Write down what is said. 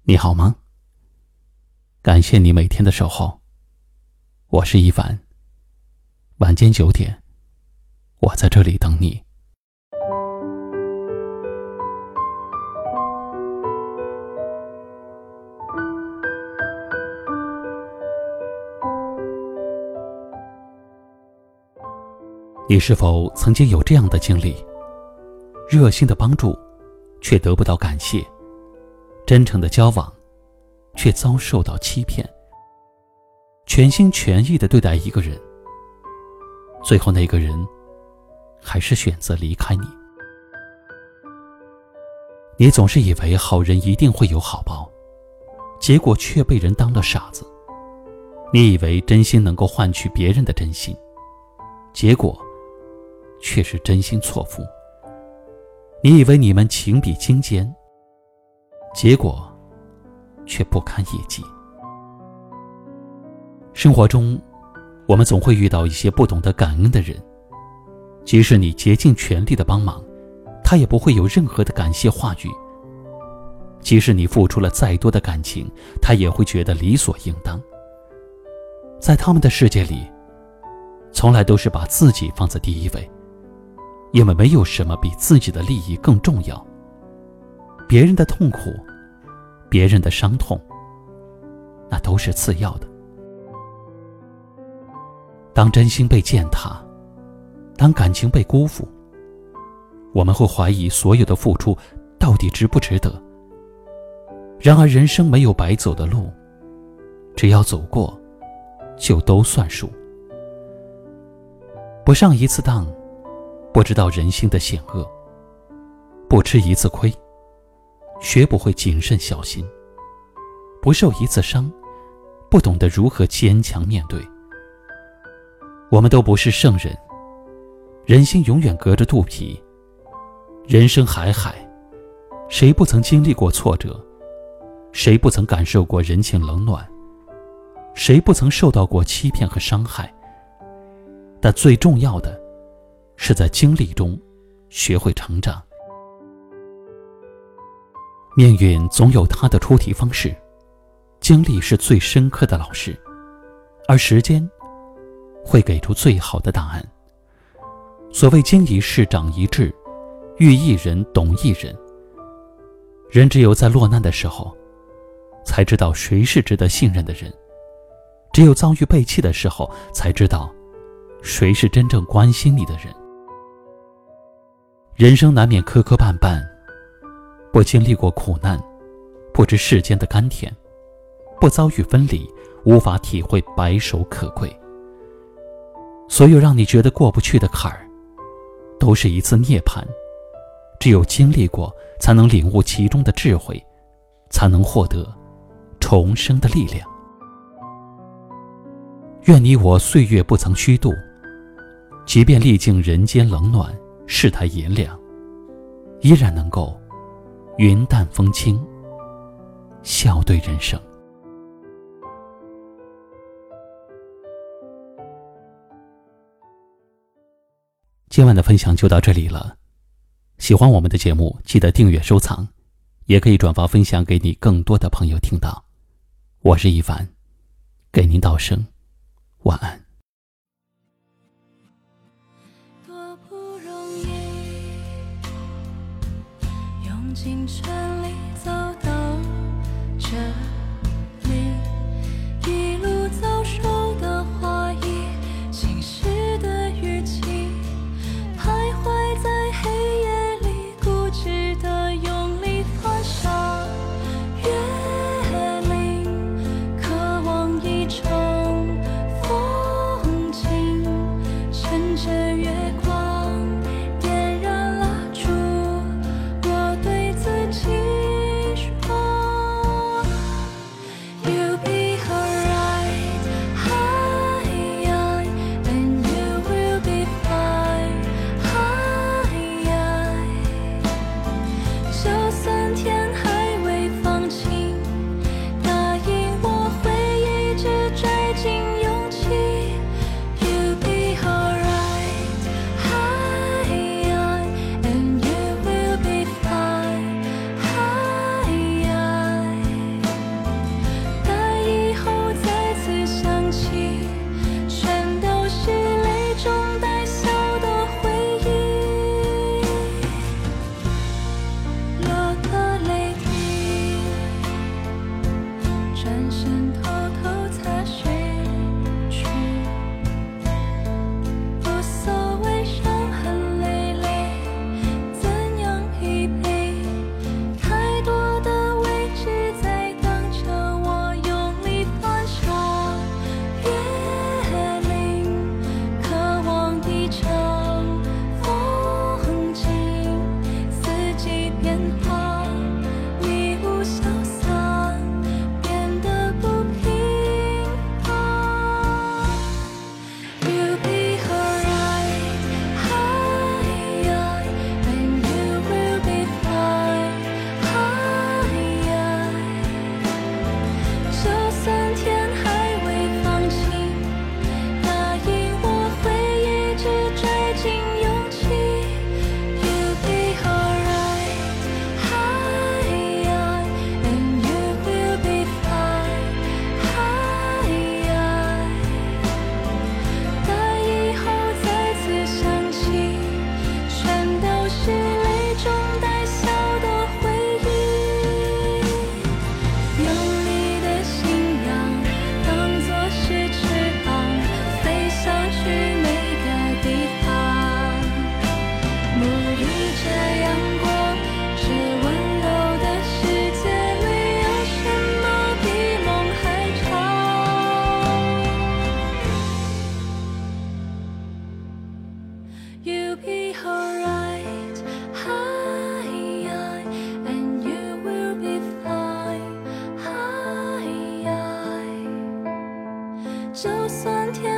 你好吗？感谢你每天的守候，我是一凡。晚间9点，我在这里等你。你是否曾经有这样的经历？热心的帮助，却得不到感谢；真诚的交往，却遭受到欺骗；全心全意地对待一个人，最后那个人还是选择离开你。你总是以为好人一定会有好报，结果却被人当了傻子。你以为真心能够换取别人的真心，结果却是真心错付。你以为你们情比金坚，结果却不堪一击。生活中，我们总会遇到一些不懂得感恩的人，即使你竭尽全力的帮忙，他也不会有任何的感谢话语；即使你付出了再多的感情，他也会觉得理所应当。在他们的世界里，从来都是把自己放在第一位，因为没有什么比自己的利益更重要。别人的痛苦，别人的伤痛，那都是次要的。当真心被践踏，当感情被辜负，我们会怀疑所有的付出到底值不值得。然而人生没有白走的路，只要走过，就都算数。不上一次当，不知道人心的险恶；不吃一次亏，学不会谨慎小心；不受一次伤，不懂得如何坚强面对。我们都不是圣人，人心永远隔着肚皮。人生海海，谁不曾经历过挫折？谁不曾感受过人情冷暖？谁不曾受到过欺骗和伤害？但最重要的是在经历中学会成长。命运总有它的出题方式，经历是最深刻的老师，而时间会给出最好的答案。所谓经一事长一智，遇一人懂一人。人只有在落难的时候，才知道谁是值得信任的人；只有遭遇背弃的时候，才知道谁是真正关心你的人。人生难免磕磕绊绊，不经历过苦难，不知世间的甘甜；不遭遇分离，无法体会白首可贵。所有让你觉得过不去的坎儿，都是一次涅槃。只有经历过，才能领悟其中的智慧，才能获得重生的力量。愿你我岁月不曾虚度，即便历经人间冷暖，世态炎凉，依然能够云淡风轻，笑对人生。今晚的分享就到这里了，喜欢我们的节目，记得订阅收藏，也可以转发分享给你更多的朋友听到。我是一凡，给您道声晚安。 多不容易，用尽全力走到这里，一路遭受的怀疑，侵蚀的语气，徘徊在黑夜里，固执的用力发傻月龄，渴望一场风就算天